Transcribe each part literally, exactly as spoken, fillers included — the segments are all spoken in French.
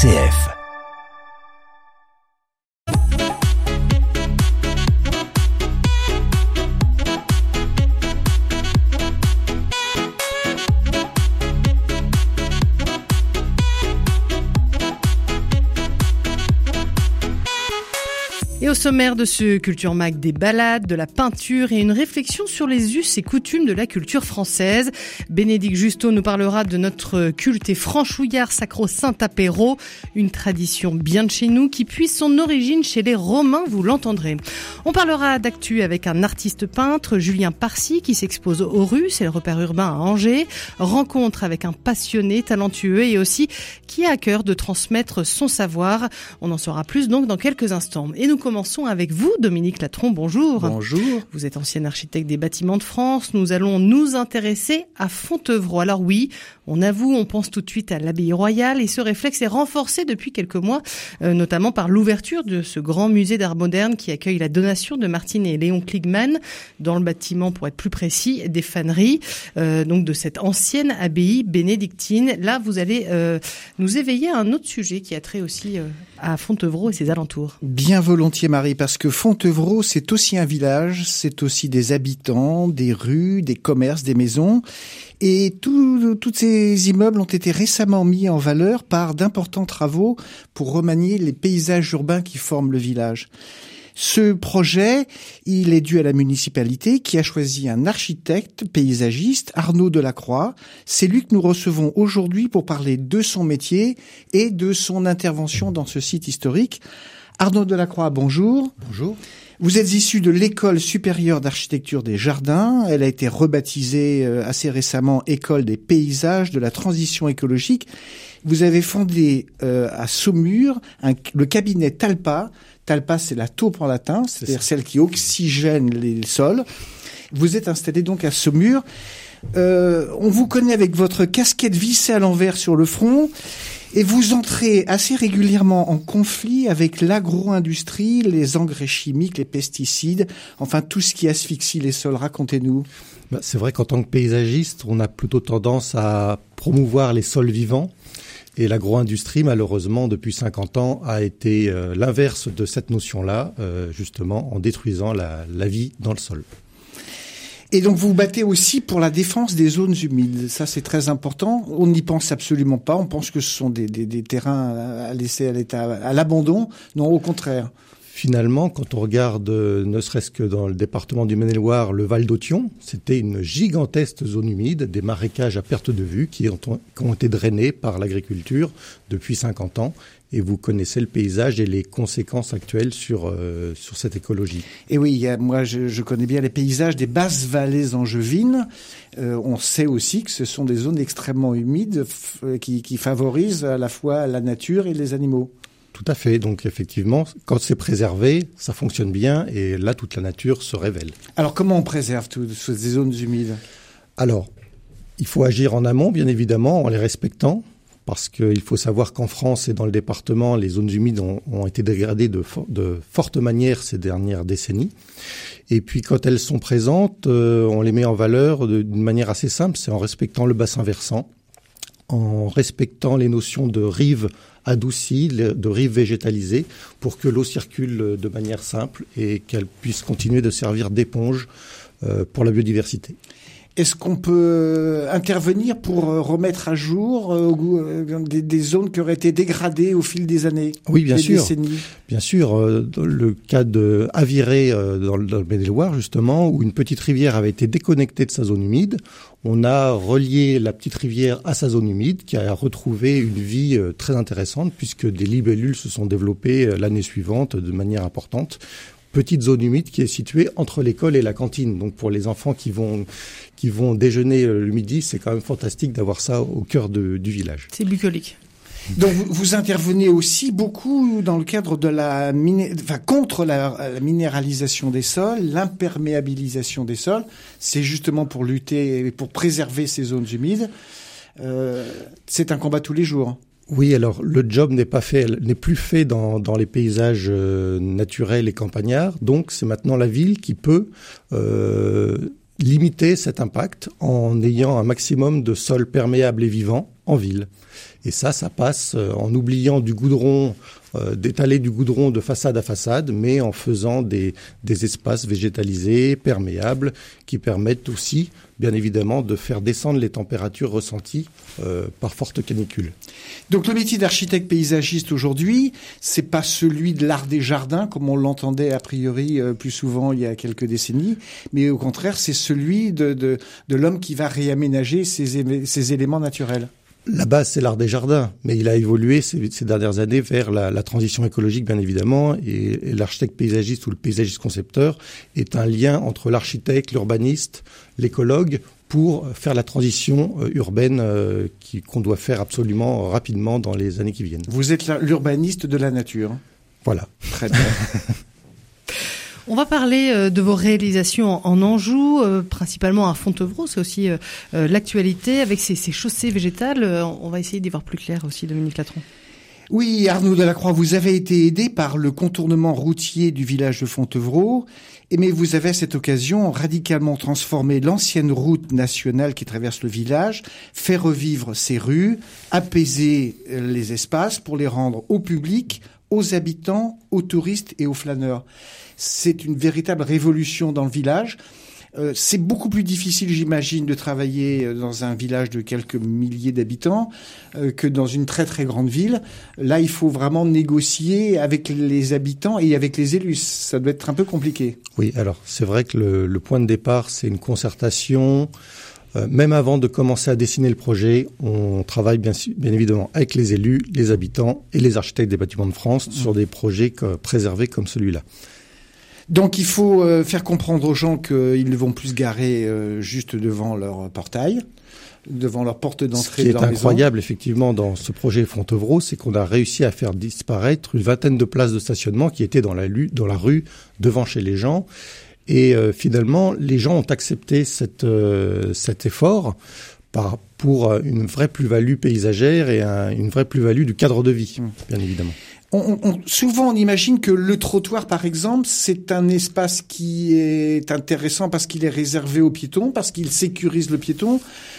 C F. Et au sommaire de ce Culture Mag, des balades, de la peinture et une réflexion sur les us et coutumes de la culture française. Bénédicte Justeau nous parlera de notre culte et franchouillard sacro-saint apéro, une tradition bien de chez nous qui puise son origine chez les Romains, vous l'entendrez. On parlera d'actu avec un artiste peintre, Julien Parcy, qui s'expose aux rues, c'est le repère urbain à Angers. Rencontre avec un passionné, talentueux et aussi qui a à cœur de transmettre son savoir. On en saura plus donc dans quelques instants. Et nous commençons avec vous, Dominique Latron, bonjour. Bonjour. Vous êtes ancien architecte des bâtiments de France. Nous allons nous intéresser à Fontevraud. Alors oui, on avoue, on pense tout de suite à l'abbaye royale et ce réflexe est renforcé depuis quelques mois, euh, notamment par l'ouverture de ce grand musée d'art moderne qui accueille la donation de Martine et Léon Kligman dans le bâtiment, pour être plus précis, des Faneries, euh, donc de cette ancienne abbaye bénédictine. Là, vous allez euh, nous éveiller à un autre sujet qui a trait aussi euh, à Fontevraud et ses alentours. Bien volontiers, Marie, parce que Fontevraud, c'est aussi un village, c'est aussi des habitants, des rues, des commerces, des maisons. Et tous ces immeubles ont été récemment mis en valeur par d'importants travaux pour remanier les paysages urbains qui forment le village. Ce projet, il est dû à la municipalité qui a choisi un architecte paysagiste, Arnaud Delacroix. C'est lui que nous recevons aujourd'hui pour parler de son métier et de son intervention dans ce site historique. Arnaud Delacroix, bonjour. Bonjour. Vous êtes issu de l'École supérieure d'architecture des Jardins. Elle a été rebaptisée assez récemment École des paysages de la transition écologique. Vous avez fondé euh, à Saumur un, le cabinet Talpa. Talpa, c'est la taupe en latin, c'est-à-dire c'est celle qui oxygène les sols. Vous êtes installé donc à Saumur. Euh, on vous connaît avec votre casquette vissée à l'envers sur le front. Et vous entrez assez régulièrement en conflit avec l'agro-industrie, les engrais chimiques, les pesticides, enfin tout ce qui asphyxie les sols. Racontez-nous. Bah, c'est vrai qu'en tant que paysagiste, on a plutôt tendance à promouvoir les sols vivants. Et l'agro-industrie, malheureusement, depuis cinquante ans, a été euh, l'inverse de cette notion-là, euh, justement, en détruisant la, la vie dans le sol. Et donc, vous vous battez aussi pour la défense des zones humides. Ça, c'est très important. On n'y pense absolument pas. On pense que ce sont des, des, des terrains à laisser à l'état, à l'abandon. Non, au contraire. Finalement, quand on regarde, ne serait-ce que dans le département du Maine-et-Loire, le Val d'Authion, c'était une gigantesque zone humide, des marécages à perte de vue qui ont, qui ont été drainés par l'agriculture depuis cinquante ans. Et vous connaissez le paysage et les conséquences actuelles sur euh, sur cette écologie. Et oui, il y a, moi je, je connais bien les paysages des basses vallées angevines. Euh, on sait aussi que ce sont des zones extrêmement humides f- qui, qui favorisent à la fois la nature et les animaux. Tout à fait. Donc effectivement, quand c'est préservé, ça fonctionne bien et là toute la nature se révèle. Alors comment on préserve toutes ces zones humides ? Alors, il faut agir en amont, bien évidemment, en les respectant. Parce qu'il faut savoir qu'en France et dans le département, les zones humides ont, ont été dégradées de, for- de forte manière ces dernières décennies. Et puis quand elles sont présentes, euh, on les met en valeur de, d'une manière assez simple, c'est en respectant le bassin versant, en respectant les notions de rives adoucies, de rives végétalisées, pour que l'eau circule de manière simple et qu'elle puisse continuer de servir d'éponge euh, pour la biodiversité. Est-ce qu'on peut intervenir pour remettre à jour euh, des, des zones qui auraient été dégradées au fil des années ? Oui, bien des sûr. Décennies. Bien sûr. Euh, dans le cas de Aviré, euh, dans le, dans le Maine-et-Loire, justement, où une petite rivière avait été déconnectée de sa zone humide, on a relié la petite rivière à sa zone humide, qui a retrouvé une vie euh, très intéressante, puisque des libellules se sont développées euh, l'année suivante de manière importante. Petite zone humide qui est située entre l'école et la cantine. Donc pour les enfants qui vont qui vont déjeuner le midi, c'est quand même fantastique d'avoir ça au cœur de, du village. C'est bucolique. Donc vous, vous intervenez aussi beaucoup dans le cadre de la miné... enfin contre la, la minéralisation des sols, l'imperméabilisation des sols. C'est justement pour lutter et pour préserver ces zones humides. Euh, c'est un combat tous les jours. Oui, alors le job n'est pas fait, n'est plus fait dans, dans les paysages euh, naturels et campagnards. Donc c'est maintenant la ville qui peut euh, limiter cet impact en ayant un maximum de sols perméables et vivants en ville. Et ça, ça passe en oubliant du goudron, euh, d'étaler du goudron de façade à façade, mais en faisant des, des espaces végétalisés, perméables, qui permettent aussi, bien évidemment, de faire descendre les températures ressenties euh, par forte canicule. Donc le métier d'architecte paysagiste aujourd'hui, c'est pas celui de l'art des jardins, comme on l'entendait a priori euh, plus souvent il y a quelques décennies, mais au contraire, c'est celui de, de, de l'homme qui va réaménager ces, ces éléments naturels. La base, c'est l'art des jardins, mais il a évolué ces, ces dernières années vers la, la transition écologique, bien évidemment, et, et l'architecte paysagiste ou le paysagiste concepteur est un lien entre l'architecte, l'urbaniste, l'écologue, pour faire la transition euh, urbaine euh, qui, qu'on doit faire absolument rapidement dans les années qui viennent. Vous êtes l'urbaniste de la nature. Voilà. Très bien. On va parler de vos réalisations en Anjou, euh, principalement à Fontevraud. C'est aussi euh, l'actualité avec ces, ces chaussées végétales. On va essayer d'y voir plus clair aussi, Dominique Latron. Oui, Arnaud Delacroix, vous avez été aidé par le contournement routier du village de Fontevraud, mais vous avez à cette occasion radicalement transformé l'ancienne route nationale qui traverse le village, fait revivre ses rues, apaiser les espaces pour les rendre au public, aux habitants, aux touristes et aux flâneurs. C'est une véritable révolution dans le village. Euh, c'est beaucoup plus difficile, j'imagine, de travailler dans un village de quelques milliers d'habitants euh, que dans une très très grande ville. Là, il faut vraiment négocier avec les habitants et avec les élus. Ça doit être un peu compliqué. Oui, alors c'est vrai que le, le point de départ, c'est une concertation. Euh, même avant de commencer à dessiner le projet, on travaille bien, bien évidemment avec les élus, les habitants et les architectes des bâtiments de France mmh. sur des projets que, préservés comme celui-là. Donc il faut euh, faire comprendre aux gens qu'ils ne vont plus se garer euh, juste devant leur portail, devant leur porte d'entrée de leur maison. Ce qui est incroyable effectivement dans ce projet Fontevraud, c'est qu'on a réussi à faire disparaître une vingtaine de places de stationnement qui étaient dans la, dans la rue, devant chez les gens. Et euh, finalement, les gens ont accepté cette, euh, cet effort par, pour une vraie plus-value paysagère et un, une vraie plus-value du cadre de vie, mmh. bien évidemment. On, on, souvent, on imagine que le trottoir, par exemple, c'est un espace qui est intéressant parce qu'il est réservé aux piétons, parce qu'il sécurise le piéton.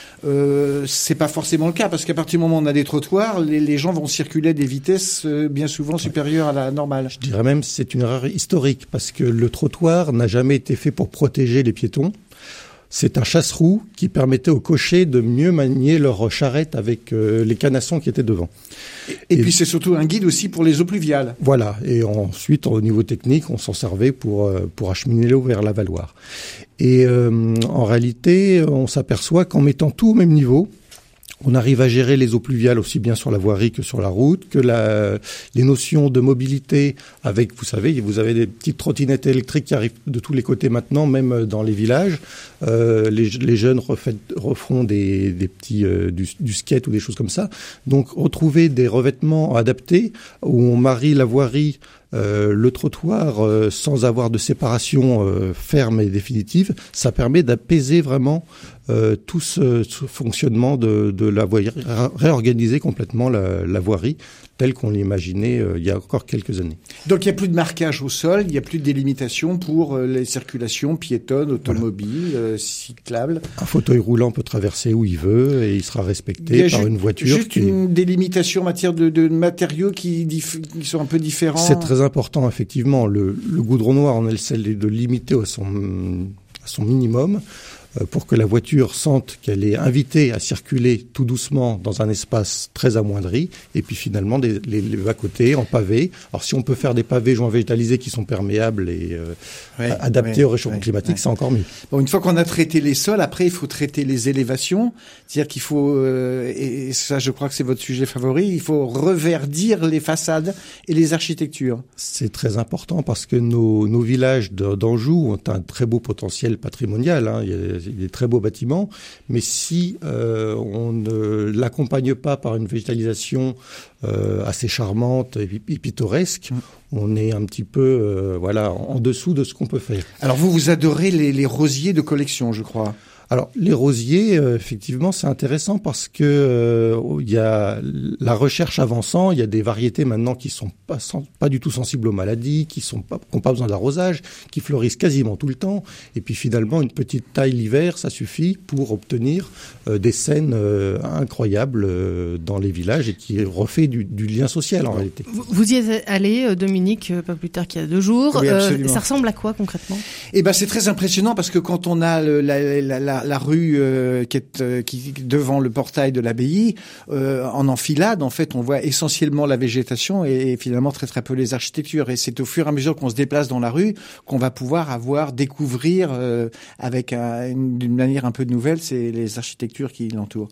Euh, c'est pas forcément le cas, parce qu'à partir du moment où on a des trottoirs, les, les gens vont circuler à des vitesses euh, bien souvent supérieures à la normale. Je dirais même que c'est une erreur historique, parce que le trottoir n'a jamais été fait pour protéger les piétons. C'est un chasse-roue qui permettait aux cochers de mieux manier leur charrette avec euh, les canassons qui étaient devant. Et, et puis c'est surtout un guide aussi pour les eaux pluviales. Voilà. Et ensuite, au niveau technique, on s'en servait pour euh, pour acheminer l'eau vers l'avaloir. Et euh, en réalité, on s'aperçoit qu'en mettant tout au même niveau, on arrive à gérer les eaux pluviales aussi bien sur la voirie que sur la route, que la, les notions de mobilité avec, vous savez, vous avez des petites trottinettes électriques qui arrivent de tous les côtés maintenant, même dans les villages. Euh, les, les jeunes refait, referont des, des petits euh, du, du skate ou des choses comme ça. Donc, retrouver des revêtements adaptés où on marie la voirie, Euh, le trottoir euh, sans avoir de séparation euh, ferme et définitive, ça permet d'apaiser vraiment euh, tout ce, ce fonctionnement de, de la voirie, réorganiser complètement la, la voirie telle qu'on l'imaginait euh, il y a encore quelques années. Donc il n'y a plus de marquage au sol, il n'y a plus de délimitation pour euh, les circulations piétonnes, automobiles, voilà. euh, cyclables. Un fauteuil roulant peut traverser où il veut et il sera respecté par ju- une voiture. Juste qui... une délimitation en matière de, de matériaux qui, dif- qui sont un peu différents. C'est très important, effectivement. Le, le goudron noir, on essaie de le limiter à son, à son minimum euh, pour que la voiture sente qu'elle est invitée à circuler tout doucement dans un espace très amoindri. Et puis finalement, des, les, les bas-côtés en pavé. Alors si on peut faire des pavés joints végétalisés qui sont perméables et euh, ouais, adaptés ouais, au réchauffement ouais, climatique, ouais. c'est encore mieux. Bon, une fois qu'on a traité les sols, après il faut traiter les élévations. C'est-à-dire qu'il faut, euh, et ça je crois que c'est votre sujet favori, il faut reverdir les façades et les architectures. C'est très important parce que nos, nos villages d'Anjou ont un très beau potentiel patrimonial. Hein. Il y a des très beaux bâtiments, mais si euh, on ne l'accompagne pas par une végétalisation euh, assez charmante et pittoresque, mmh. on est un petit peu euh, voilà en dessous de ce qu'on peut faire. Alors vous, vous adorez les, les rosiers de collection, je crois. Alors, les rosiers, euh, effectivement, c'est intéressant parce que euh, il y a la recherche avançant, il y a des variétés maintenant qui sont pas, sans, pas du tout sensibles aux maladies, qui sont pas, qui n'ont pas besoin d'arrosage, qui fleurissent quasiment tout le temps. Et puis finalement, une petite taille l'hiver, ça suffit pour obtenir euh, des scènes euh, incroyables euh, dans les villages et qui refait du, du lien social en réalité. Vous, vous y êtes allé, Dominique, pas plus tard qu'il y a deux jours. Oui, euh, ça ressemble à quoi concrètement ? Eh ben, c'est très impressionnant parce que quand on a le, la, la, la, la rue euh, qui est euh, qui devant le portail de l'abbaye, euh, en enfilade, en fait, on voit essentiellement la végétation et, et finalement très très peu les architectures. Et c'est au fur et à mesure qu'on se déplace dans la rue qu'on va pouvoir avoir découvrir euh, avec un, une, d'une manière un peu nouvelle, c'est les architectures qui l'entourent.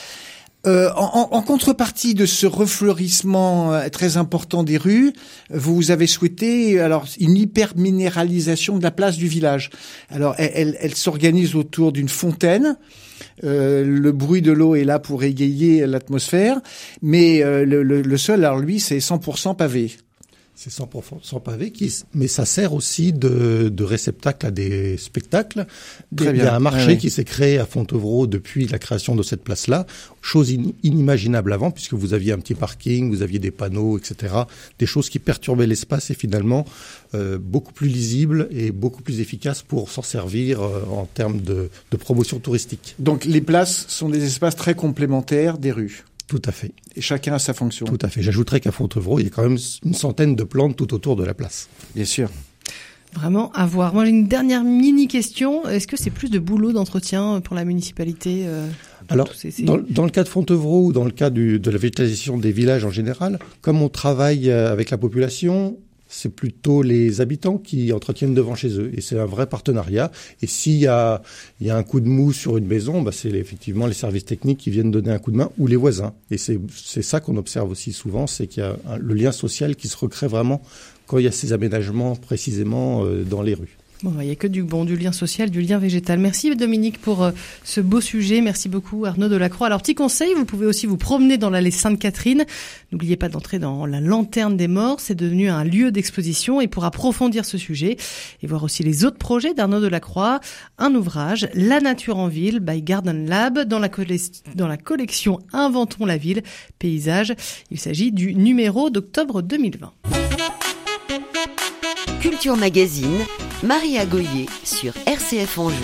Euh, en, en contrepartie de ce refleurissement euh, très important des rues, vous avez souhaité alors une hyper-minéralisation de la place du village. Alors, elle, elle, elle s'organise autour d'une fontaine. Euh, le bruit de l'eau est là pour égayer l'atmosphère, mais euh, le, le, le sol, alors lui, c'est cent pour cent pavé. C'est cent pour cent pavé, qui, mais ça sert aussi de, de réceptacle à des spectacles. Très bien. Il y a un marché oui, oui. qui s'est créé à Fontevraud depuis la création de cette place-là, chose in, inimaginable avant, puisque vous aviez un petit parking, vous aviez des panneaux, et cetera, des choses qui perturbaient l'espace et finalement euh, beaucoup plus lisibles et beaucoup plus efficaces pour s'en servir euh, en termes de, de promotion touristique. Donc les places sont des espaces très complémentaires des rues. Tout à fait. Et chacun a sa fonction. Tout à fait. J'ajouterais qu'à Fontevraud, il y a quand même une centaine de plantes tout autour de la place. Bien sûr. Vraiment à voir. Moi, j'ai une dernière mini-question. Est-ce que c'est plus de boulot d'entretien pour la municipalité euh, Alors, ces, ces... Dans, dans le cas de Fontevraud ou dans le cas du, de la végétalisation des villages en général, comme on travaille avec la population, c'est plutôt les habitants qui entretiennent devant chez eux. Et c'est un vrai partenariat. Et s'il y a, il y a un coup de mou sur une maison, bah c'est effectivement les services techniques qui viennent donner un coup de main ou les voisins. Et c'est, c'est ça qu'on observe aussi souvent, c'est qu'il y a un, le lien social qui se recrée vraiment quand il y a ces aménagements précisément euh, dans les rues. Bon, il n'y a que du bon, du lien social, du lien végétal. Merci Dominique pour euh, ce beau sujet. Merci beaucoup Arnaud Delacroix. Alors, petit conseil, vous pouvez aussi vous promener dans l'allée Sainte-Catherine. N'oubliez pas d'entrer dans la Lanterne des Morts. C'est devenu un lieu d'exposition. Et pour approfondir ce sujet et voir aussi les autres projets d'Arnaud Delacroix, un ouvrage, La nature en ville, by Garden Lab, dans la, colle- dans la collection Inventons la ville, paysage. Il s'agit du numéro d'octobre deux mille vingt. Culture Magazine, Maria Goyer sur R C F Anjou.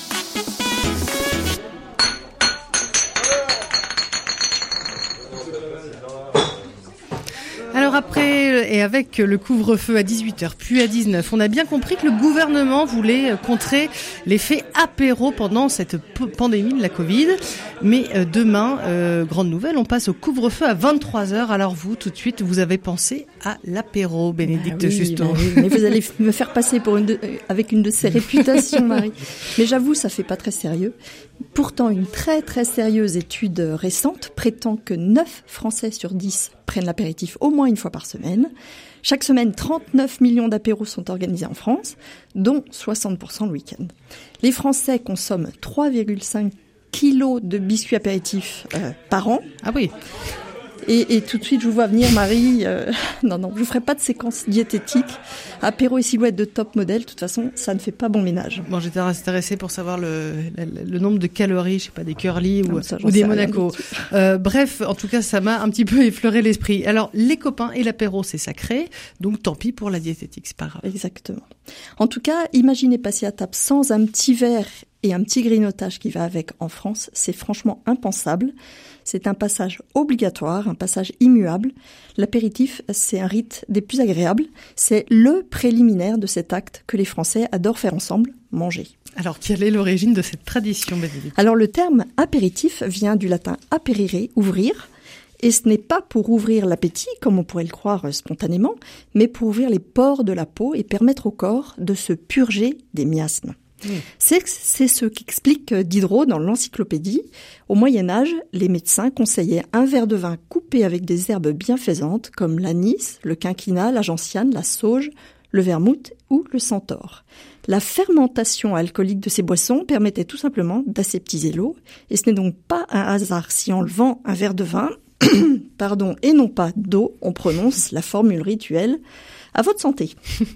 Alors après, et avec le couvre-feu à dix-huit heures, puis à dix-neuf, on a bien compris que le gouvernement voulait contrer l'effet apéro pendant cette p- pandémie de la Covid. Mais euh, demain, euh, grande nouvelle, on passe au couvre-feu à vingt-trois heures. Alors vous, tout de suite, vous avez pensé à l'apéro, Bénédicte bah oui, Justo. Bah oui, mais vous allez me faire passer pour une de, euh, avec une de ces réputations, Marie. Mais j'avoue, ça fait pas très sérieux. Pourtant, une très très sérieuse étude récente prétend que neuf Français sur dix prennent l'apéritif au moins une fois par semaine. Chaque semaine, trente-neuf millions d'apéros sont organisés en France, dont soixante pour cent le week-end. Les Français consomment trois virgule cinq kilos de biscuits apéritifs euh, par an. Ah oui. Et, et tout de suite, je vous vois venir, Marie. Euh, non, non, je ne ferai pas de séquence diététique. Apéro et silhouette de top modèle, de toute façon, ça ne fait pas bon ménage. Bon, j'étais intéressée pour savoir le, le, le nombre de calories, je sais pas, des curly ou, non, ça, ou des Monaco. Euh, bref, en tout cas, ça m'a un petit peu effleuré l'esprit. Alors, les copains et l'apéro, c'est sacré, donc tant pis pour la diététique, c'est pas grave. Exactement. En tout cas, imaginez passer à table sans un petit verre et un petit grignotage qui va avec en France, c'est franchement impensable. C'est un passage obligatoire, un passage immuable. L'apéritif, c'est un rite des plus agréables. C'est le préliminaire de cet acte que les Français adorent faire ensemble, manger. Alors, quelle est l'origine de cette tradition, Bénédicte ? Alors, le terme apéritif vient du latin aperire, ouvrir. Et ce n'est pas pour ouvrir l'appétit, comme on pourrait le croire spontanément, mais pour ouvrir les pores de la peau et permettre au corps de se purger des miasmes. Mmh. C'est, c'est ce qu'explique Diderot dans l'encyclopédie. Au Moyen-Âge, les médecins conseillaient un verre de vin coupé avec des herbes bienfaisantes comme l'anis, le quinquina, la gentiane, la sauge, le vermouth ou le centaure. La fermentation alcoolique de ces boissons permettait tout simplement d'aseptiser l'eau, et ce n'est donc pas un hasard si en levant un verre de vin, pardon, et non pas d'eau, on prononce la formule rituelle « à votre santé ».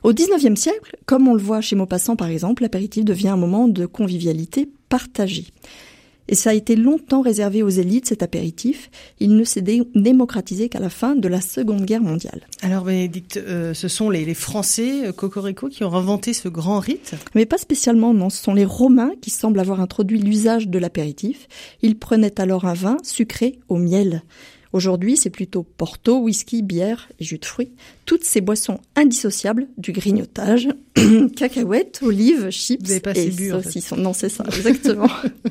Au dix-neuvième siècle, comme on le voit chez Maupassant par exemple, l'apéritif devient un moment de convivialité partagée. Et ça a été longtemps réservé aux élites, cet apéritif. Il ne s'est dé- démocratisé qu'à la fin de la Seconde Guerre mondiale. Alors Bénédicte, euh, ce sont les, les Français, euh, Cocorico, qui ont inventé ce grand rite ? Mais pas spécialement, non. Ce sont les Romains qui semblent avoir introduit l'usage de l'apéritif. Ils prenaient alors un vin sucré au miel. Aujourd'hui, c'est plutôt porto, whisky, bière et jus de fruits. Toutes ces boissons indissociables du grignotage, cacahuètes, olives, chips Vous avez pas et assez bu, saucissons. en fait. Non, c'est ça, exactement.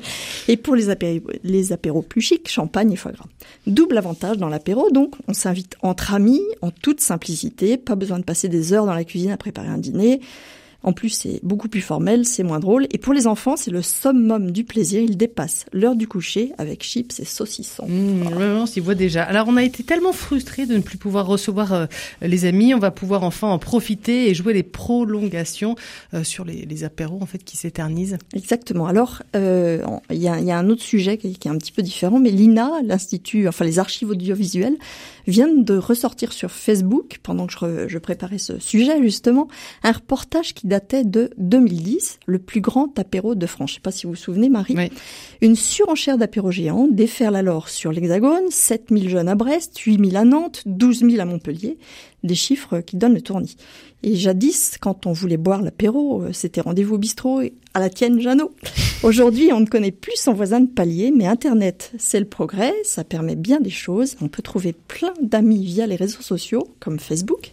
Et pour les, apéri- les apéros plus chics, champagne et foie gras. Double avantage dans l'apéro, donc, on s'invite entre amis, en toute simplicité, pas besoin de passer des heures dans la cuisine à préparer un dîner. En plus, c'est beaucoup plus formel, c'est moins drôle. Et pour les enfants, c'est le summum du plaisir. Ils dépassent l'heure du coucher avec chips et saucissons. Mmh, vraiment, on s'y voit déjà. Alors, on a été tellement frustrés de ne plus pouvoir recevoir euh, les amis. On va pouvoir enfin en profiter et jouer les prolongations euh, sur les, les apéros, en fait, qui s'éternisent. Exactement. Alors, euh, il y a, il y a un autre sujet qui, qui est un petit peu différent, mais l'I N A, l'Institut, enfin les archives audiovisuelles, viennent de ressortir sur Facebook, pendant que je, je préparais ce sujet, justement, un reportage qui datait de deux mille dix, le plus grand apéro de France. Je ne sais pas si vous vous souvenez, Marie. Oui. Une surenchère d'apéros géants déferle alors sur l'Hexagone, sept mille jeunes à Brest, huit mille à Nantes, douze mille à Montpellier, des chiffres qui donnent le tournis. Et jadis, quand on voulait boire l'apéro, c'était rendez-vous au bistrot à la tienne, Jeannot. Aujourd'hui, on ne connaît plus son voisin de palier, mais Internet, c'est le progrès, ça permet bien des choses. On peut trouver plein d'amis via les réseaux sociaux, comme Facebook.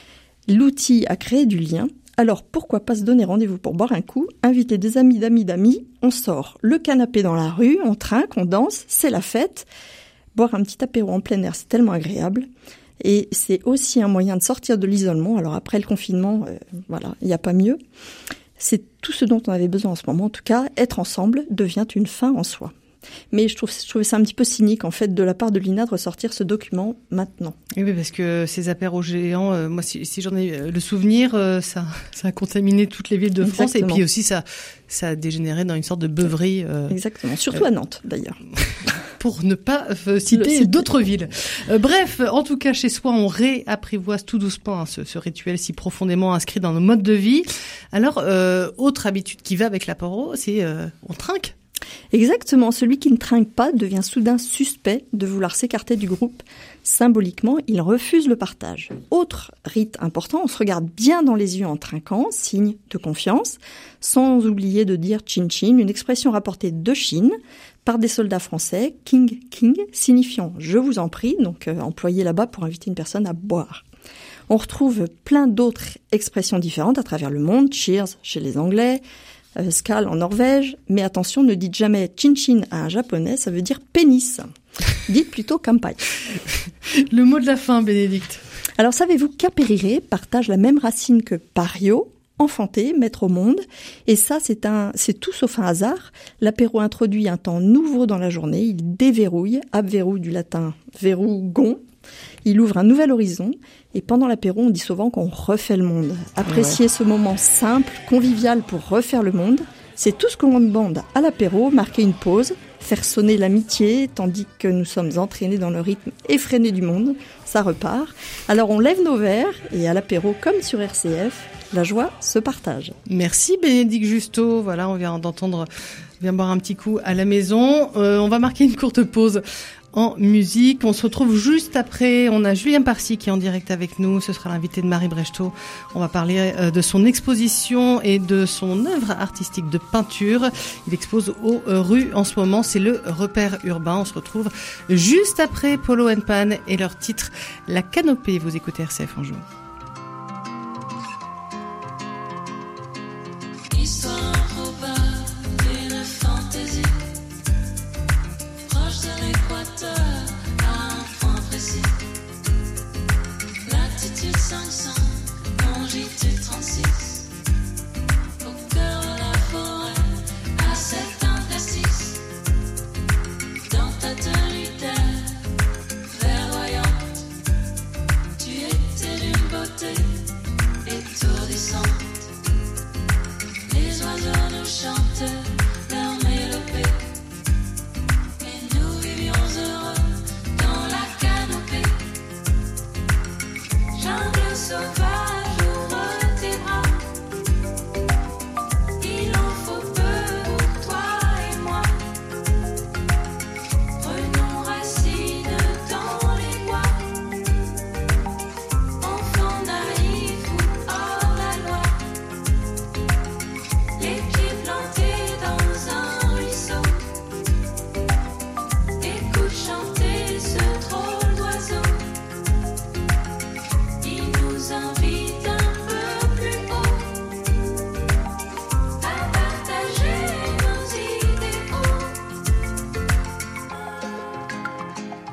L'outil a créé du lien. Alors, pourquoi pas se donner rendez-vous pour boire un coup, inviter des amis d'amis d'amis, on sort le canapé dans la rue, on trinque, on danse, c'est la fête. Boire un petit apéro en plein air, c'est tellement agréable. Et c'est aussi un moyen de sortir de l'isolement. Alors après le confinement, euh, voilà, il n'y a pas mieux. C'est tout ce dont on avait besoin en ce moment. En tout cas, être ensemble devient une fin en soi. Mais je trouve, je trouvais ça un petit peu cynique, en fait, de la part de l'I N A de ressortir ce document maintenant. Oui, parce que ces apéros géants, euh, moi, si, si j'en ai euh, le souvenir, euh, ça, ça a contaminé toutes les villes de Exactement. France. Et puis aussi, ça, ça a dégénéré dans une sorte de beuverie. Euh, Exactement. Surtout euh, à Nantes, d'ailleurs. Pour ne pas euh, citer d'autres villes. Euh, bref, en tout cas, chez soi, on réapprivoise tout doucement hein, ce, ce rituel si profondément inscrit dans nos modes de vie. Alors, euh, autre habitude qui va avec l'apéro, c'est euh, on trinque. Exactement. Celui qui ne trinque pas devient soudain suspect de vouloir s'écarter du groupe. Symboliquement, il refuse le partage. Autre rite important, on se regarde bien dans les yeux en trinquant, signe de confiance, sans oublier de dire chin-chin, une expression rapportée de Chine par des soldats français, king king, signifiant je vous en prie, donc euh, employé là-bas pour inviter une personne à boire. On retrouve plein d'autres expressions différentes à travers le monde, cheers chez les Anglais, Euh, Skål en Norvège, mais attention, ne dites jamais chin-chin à un japonais, ça veut dire pénis. Dites plutôt kampai. Le mot de la fin, Bénédicte. Alors savez-vous qu'apérire partage la même racine que pario, enfanter, mettre au monde, et ça c'est un, c'est tout sauf un hasard. L'apéro introduit un temps nouveau dans la journée, il déverrouille, abverrou du latin verrougon, il ouvre un nouvel horizon, et pendant l'apéro, on dit souvent qu'on refait le monde. Apprécier ouais. ce moment simple, convivial pour refaire le monde, c'est tout ce qu'on demande à l'apéro, marquer une pause, faire sonner l'amitié, tandis que nous sommes entraînés dans le rythme effréné du monde, ça repart. Alors on lève nos verres, et à l'apéro, comme sur R C F, la joie se partage. Merci Bénédicte Justo, voilà, on vient d'entendre, on vient boire un petit coup à la maison. Euh, on va marquer une courte pause en musique. On se retrouve juste après. On a Julien Parcy qui est en direct avec nous. Ce sera l'invité de Marie Brechtot. On va parler de son exposition et de son œuvre artistique de peinture. Il expose aux rues en ce moment. C'est le repère urbain. On se retrouve juste après Polo and Pan et leur titre La Canopée. Vous écoutez R C F Anjou. Les oiseaux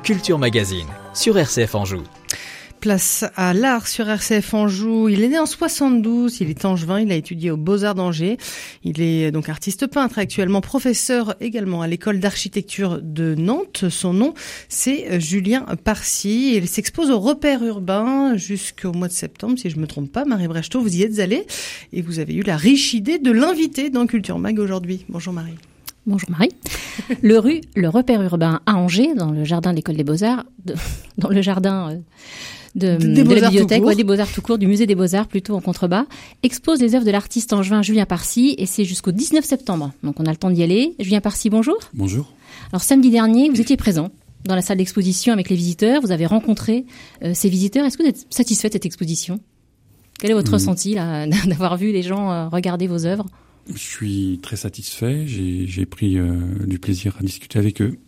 Culture Magazine sur R C F Anjou. Place à l'art sur R C F Anjou. Il est né en soixante-douze, il est angevin, il a étudié aux Beaux-Arts d'Angers. Il est donc artiste peintre, actuellement professeur également à l'école d'architecture de Nantes. Son nom, c'est Julien Parcy. Il s'expose au Repère urbain jusqu'au mois de septembre, si je me trompe pas. Marie Brechtot, vous y êtes allée et vous avez eu la riche idée de l'inviter dans Culture Mag aujourd'hui. Bonjour Marie. Bonjour Marie. Le rue, le Repère urbain à Angers, dans le jardin de l'école des Beaux-Arts, de, dans le jardin... Euh, de, de, de la bibliothèque, ouais, des Beaux-Arts tout court, du musée des Beaux-Arts plutôt en contrebas, expose les œuvres de l'artiste angevin Julien Parcy et c'est jusqu'au dix-neuf septembre. Donc on a le temps d'y aller. Julien Parcy, bonjour. Bonjour. Alors samedi dernier, vous étiez présent dans la salle d'exposition avec les visiteurs, vous avez rencontré euh, ces visiteurs. Est-ce que vous êtes satisfait de cette exposition ? Quel est votre mmh. ressenti là, d'avoir vu les gens euh, regarder vos œuvres ? Je suis très satisfait, j'ai, j'ai pris euh, du plaisir à discuter avec eux.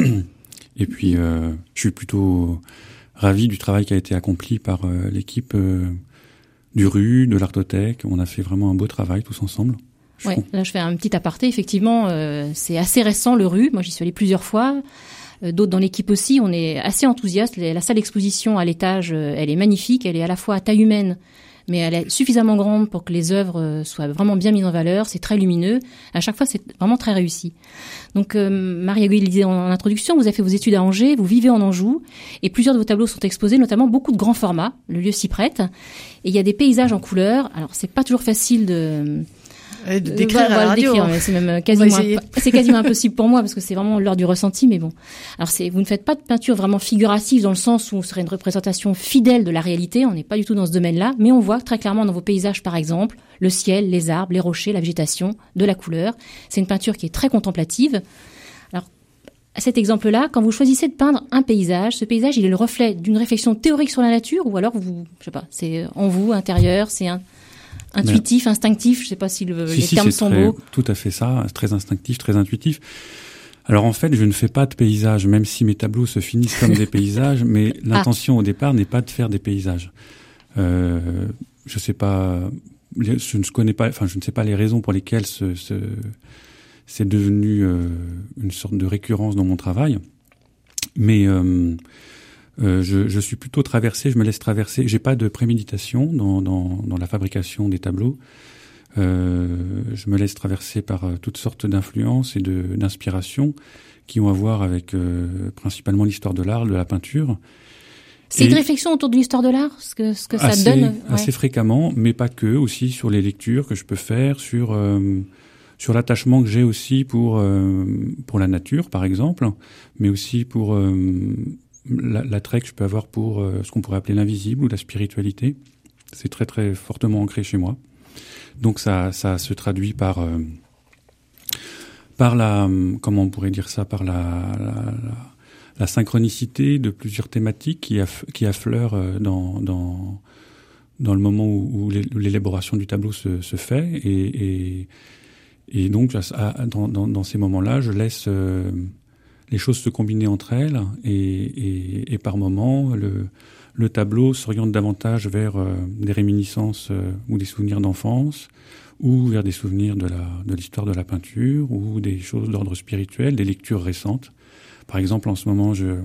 Et puis euh, je suis plutôt... ravi du travail qui a été accompli par euh, l'équipe euh, du R U, de l'Artothèque. On a fait vraiment un beau travail tous ensemble. Je ouais, là je fais un petit aparté. Effectivement, euh, c'est assez récent le R U. Moi, j'y suis allée plusieurs fois. Euh, d'autres dans l'équipe aussi. On est assez enthousiastes. La salle d'exposition à l'étage, euh, elle est magnifique. Elle est à la fois à taille humaine, mais elle est suffisamment grande pour que les œuvres soient vraiment bien mises en valeur. C'est très lumineux. À chaque fois, c'est vraiment très réussi. Donc, euh, Marie Agoy le disait en introduction, vous avez fait vos études à Angers, vous vivez en Anjou, et plusieurs de vos tableaux sont exposés, notamment beaucoup de grands formats. Le lieu s'y prête. Et il y a des paysages en couleur. Alors, c'est pas toujours facile de... De décrire voilà, à la radio. Décrire, mais c'est même quasiment, imp... c'est quasiment impossible pour moi parce que c'est vraiment l'heure du ressenti, mais bon. Alors c'est, vous ne faites pas de peinture vraiment figurative dans le sens où ce serait une représentation fidèle de la réalité. On n'est pas du tout dans ce domaine-là, mais on voit très clairement dans vos paysages, par exemple, le ciel, les arbres, les rochers, la végétation, de la couleur. C'est une peinture qui est très contemplative. Alors, à cet exemple-là, quand vous choisissez de peindre un paysage, ce paysage, il est le reflet d'une réflexion théorique sur la nature ou alors vous, je sais pas, c'est en vous, intérieur, c'est un, intuitif, mais, instinctif, je ne sais pas si, le, si les si, termes c'est sont très, beaux. Tout à fait ça, très instinctif, très intuitif. Alors en fait, je ne fais pas de paysages, même si mes tableaux se finissent comme des paysages, mais l'intention ah. au départ n'est pas de faire des paysages. Euh, je sais pas, je ne connais pas, enfin je ne sais pas les raisons pour lesquelles ce, ce, c'est devenu euh, une sorte de récurrence dans mon travail, mais euh, Euh, je, je suis plutôt traversé, je me laisse traverser. J'ai pas de préméditation dans, dans, dans la fabrication des tableaux. Euh, je me laisse traverser par euh, toutes sortes d'influences et de, d'inspirations qui ont à voir avec euh, principalement l'histoire de l'art, de la peinture. C'est et une réflexion autour de l'histoire de l'art, ce que, ce que ça assez, donne ouais. Assez fréquemment, mais pas que, aussi sur les lectures que je peux faire, sur... Euh, sur l'attachement que j'ai aussi pour, euh, pour la nature, par exemple, mais aussi pour... Euh, l'attrait que je peux avoir pour euh, ce qu'on pourrait appeler l'invisible ou la spiritualité. C'est très très fortement ancré chez moi. Donc ça ça se traduit par euh, par la comment on pourrait dire ça par la la, la, la synchronicité de plusieurs thématiques qui aff, qui affleurent dans dans dans le moment où, où l'élaboration du tableau se se fait et et, et donc à, dans, dans dans ces moments-là, je laisse euh, les choses se combiner entre elles et, et, et par moments, le, le tableau s'oriente davantage vers euh, des réminiscences euh, ou des souvenirs d'enfance ou vers des souvenirs de, la, de l'histoire de la peinture ou des choses d'ordre spirituel, des lectures récentes. Par exemple, en ce moment, je,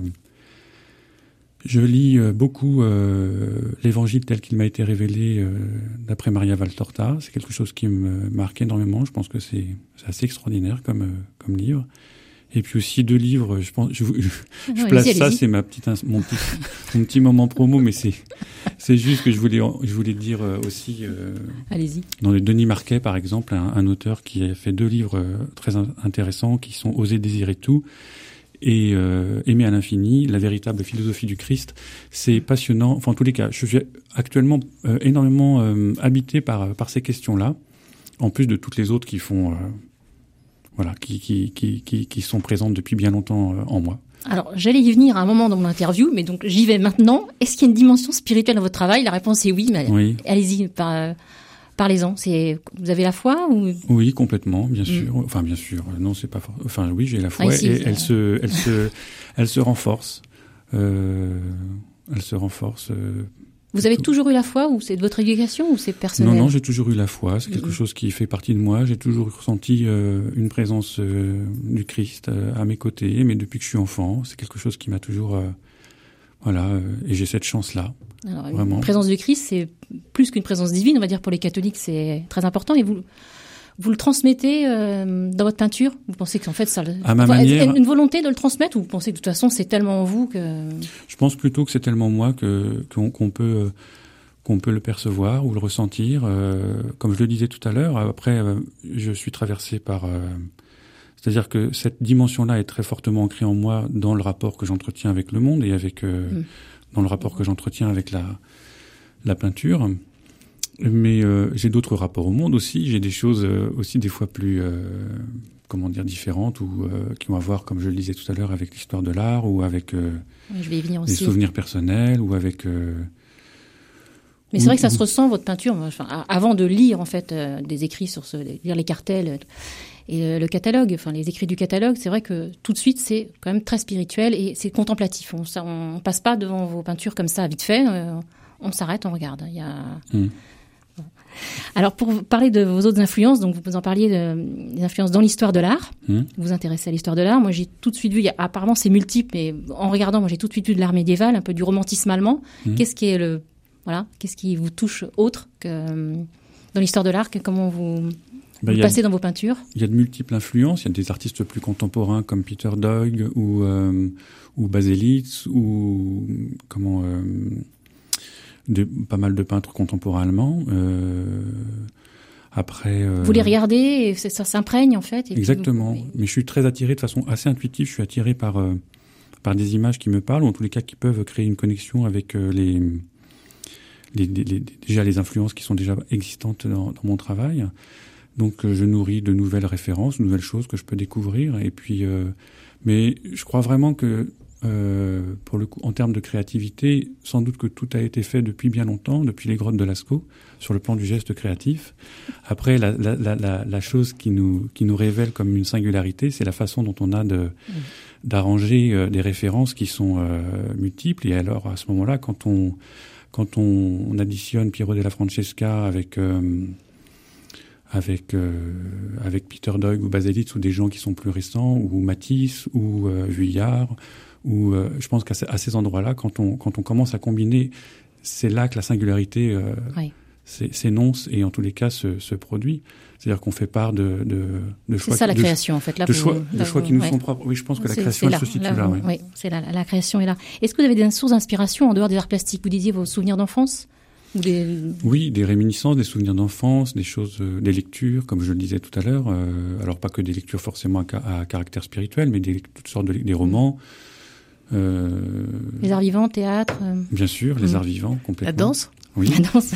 je lis beaucoup euh, l'Évangile tel qu'il m'a été révélé euh, d'après Maria Valtorta. C'est quelque chose qui me marque énormément. Je pense que c'est, c'est assez extraordinaire comme, euh, comme livre. Et puis aussi deux livres, je pense, je, je, je non, place allez-y, ça, allez-y. c'est ma petite, mon petit, mon petit moment promo, mais c'est, c'est juste que je voulais, je voulais dire aussi. Euh, allez-y. Dans le Denis Marquet, par exemple, un, un auteur qui a fait deux livres très intéressants, qui sont Oser désirer tout et euh, Aimer à l'infini, la véritable philosophie du Christ. C'est passionnant. Enfin, en tous les cas, je suis actuellement euh, énormément euh, habité par par ces questions-là, en plus de toutes les autres qui font. Euh, Voilà, qui, qui, qui, qui, qui sont présentes depuis bien longtemps euh, en moi. Alors, j'allais y venir à un moment dans mon interview, mais donc j'y vais maintenant. Est-ce qu'il y a une dimension spirituelle dans votre travail ? La réponse est oui, mais oui. Allez-y, par, parlez-en. C'est, vous avez la foi ou... Oui, complètement, bien sûr. Mm. Enfin, bien sûr. Non, c'est pas fort. Enfin, oui, j'ai la foi ah, ici, et elle se, elle se, elle se renforce. Euh, elle se renforce euh, Vous avez toujours eu la foi, ou c'est de votre éducation, ou c'est personnel? Non, non, j'ai toujours eu la foi. C'est quelque mmh. chose qui fait partie de moi. J'ai toujours ressenti euh, une présence euh, du Christ euh, à mes côtés, mais depuis que je suis enfant, c'est quelque chose qui m'a toujours... Euh, voilà, euh, et j'ai cette chance-là. Alors, vraiment. Une présence du Christ, c'est plus qu'une présence divine, on va dire, pour les catholiques, c'est très important. Et vous, vous le transmettez euh, dans votre peinture? Vous pensez qu'en fait, ça... À ma enfin, manière... Une volonté de le transmettre, ou vous pensez que de toute façon, c'est tellement en vous que... Je pense plutôt que c'est tellement moi que, qu'on, qu'on peut... qu'on peut le percevoir ou le ressentir. Euh, comme je le disais tout à l'heure, après, euh, je suis traversé par... Euh, c'est-à-dire que cette dimension-là est très fortement ancrée en moi dans le rapport que j'entretiens avec le monde et avec euh, mmh. dans le rapport que j'entretiens avec la, la peinture. Mais euh, j'ai d'autres rapports au monde aussi. J'ai des choses euh, aussi des fois plus... Euh, comment dire, différentes ou euh, qui ont à voir, comme je le disais tout à l'heure, avec l'histoire de l'art ou avec euh, oui, je vais y venir des aussi. souvenirs personnels ou avec... Euh, Mais c'est vrai que ça se ressent, votre peinture. Enfin, avant de lire, en fait, euh, des écrits sur ce, lire les cartels et euh, le catalogue, enfin, les écrits du catalogue, c'est vrai que tout de suite, c'est quand même très spirituel et c'est contemplatif. On, ça, on passe pas devant vos peintures comme ça, vite fait. Euh, on s'arrête, on regarde. Il y a... Mmh. Bon. Alors, pour parler de vos autres influences, donc vous en parliez de, des influences dans l'histoire de l'art. Mmh. Vous vous intéressez à l'histoire de l'art. Moi, j'ai tout de suite vu, il y a, apparemment, c'est multiple, mais en regardant, moi, j'ai tout de suite vu de l'art médiéval, un peu du romantisme allemand. Mmh. Qu'est-ce qui est le Voilà, qu'est-ce qui vous touche autre que euh, dans l'histoire de l'art? que, Comment vous, ben, vous passez a, dans vos peintures? Il y a de multiples influences. Il y a des artistes plus contemporains comme Peter Doig ou euh, ou Baselitz ou comment euh, de, pas mal de peintres contemporains allemands. Euh, après, euh, vous les regardez et ça, ça s'imprègne en fait. Et exactement. Vous... Mais je suis très attiré de façon assez intuitive. Je suis attiré par euh, par des images qui me parlent ou en tous les cas qui peuvent créer une connexion avec euh, les Les, les, les, déjà les influences qui sont déjà existantes dans, dans mon travail. Donc euh, je nourris de nouvelles références, de nouvelles choses que je peux découvrir. Et puis, euh, mais je crois vraiment que euh, pour le coup, en termes de créativité, sans doute que tout a été fait depuis bien longtemps, depuis les grottes de Lascaux, sur le plan du geste créatif. Après, la, la, la, la, la chose qui nous qui nous révèle comme une singularité, c'est la façon dont on a de mmh. d'arranger euh, des références qui sont euh, multiples. Et alors à ce moment-là, quand on Quand on, on additionne Piero della Francesca avec euh, avec euh, avec Peter Doig ou Baselitz ou des gens qui sont plus récents ou Matisse ou euh, Vuillard ou euh, je pense qu'à ces, à ces endroits-là, quand on quand on commence à combiner, c'est là que la singularité euh, oui. s'énonce et en tous les cas se, se produit. C'est-à-dire qu'on fait part de, de, de choix. C'est ça qui, la de, création, en fait. Là, de vous, choix, là, de choix vous, qui nous ouais. sont propres. Oui, je pense que la c'est, création c'est là, se situe là. là. Vous, oui, oui, c'est là, la création est là. Est-ce que vous avez des sources d'inspiration en dehors des arts plastiques? Vous disiez vos souvenirs d'enfance ou des... Oui, des réminiscences, des souvenirs d'enfance, des choses, euh, des lectures, comme je le disais tout à l'heure. Euh, alors pas que des lectures forcément à, à caractère spirituel, mais des, toutes sortes de des romans. Euh, les arts vivants, théâtre. Euh... Bien sûr, les mmh. arts vivants, complètement. La danse. Oui. La danse.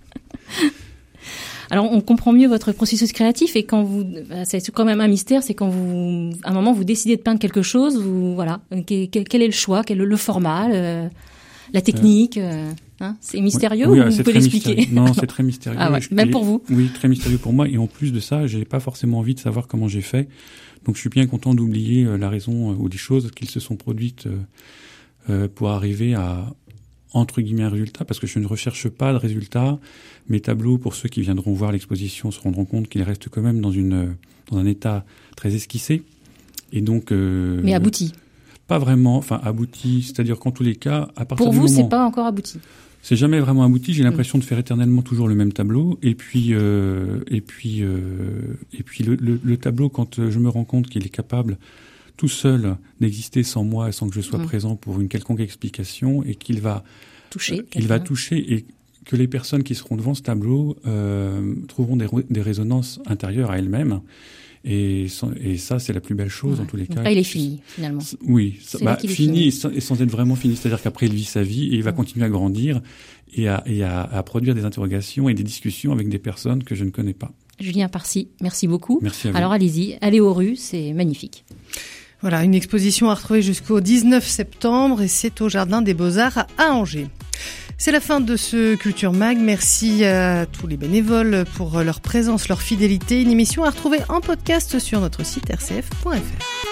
Alors, on comprend mieux votre processus créatif et quand vous, c'est quand même un mystère, c'est quand vous, à un moment, vous décidez de peindre quelque chose, vous, voilà, quel, quel est le choix, quel est le format, le, la technique, euh, hein, c'est mystérieux oui, ou oui, vous pouvez l'expliquer? Mystérieux. Non, c'est très mystérieux. Ah ouais, même pour vous? Oui, très mystérieux pour moi et en plus de ça, j'ai pas forcément envie de savoir comment j'ai fait. Donc, je suis bien content d'oublier euh, la raison euh, ou des choses qui se sont produites euh, euh, pour arriver à entre guillemets un résultat, parce que je ne recherche pas de résultat. Mes tableaux, pour ceux qui viendront voir l'exposition, se rendront compte qu'ils restent quand même dans une dans un état très esquissé et donc euh, mais abouti. Pas vraiment, enfin abouti, c'est-à-dire qu'en tous les cas, à partir pour du vous, moment, c'est pas encore abouti. C'est jamais vraiment abouti. J'ai l'impression mmh. de faire éternellement toujours le même tableau. Et puis, euh, et puis, euh, et puis le, le, le tableau, quand je me rends compte qu'il est capable tout seul d'exister sans moi et sans que je sois mmh. présent pour une quelconque explication, et qu'il va toucher, euh, il va toucher, et que les personnes qui seront devant ce tableau euh, trouveront des, des résonances intérieures à elles-mêmes. Et, sans, et ça, c'est la plus belle chose, ouais. en tous les cas. Donc là, il est fini, finalement. Oui, ça, bah, fini, fini. Et, sans, et sans être vraiment fini. C'est-à-dire qu'après, il vit sa vie et il va ouais. continuer à grandir et, à, et à, à produire des interrogations et des discussions avec des personnes que je ne connais pas. Julien Parcy, merci beaucoup. Merci à vous. Alors, allez-y, allez aux rues, c'est magnifique. Voilà, une exposition à retrouver jusqu'au dix-neuf septembre et c'est au Jardin des Beaux-Arts à Angers. C'est la fin de ce Culture Mag. Merci à tous les bénévoles pour leur présence, leur fidélité. Une émission à retrouver en podcast sur notre site r c f point f r.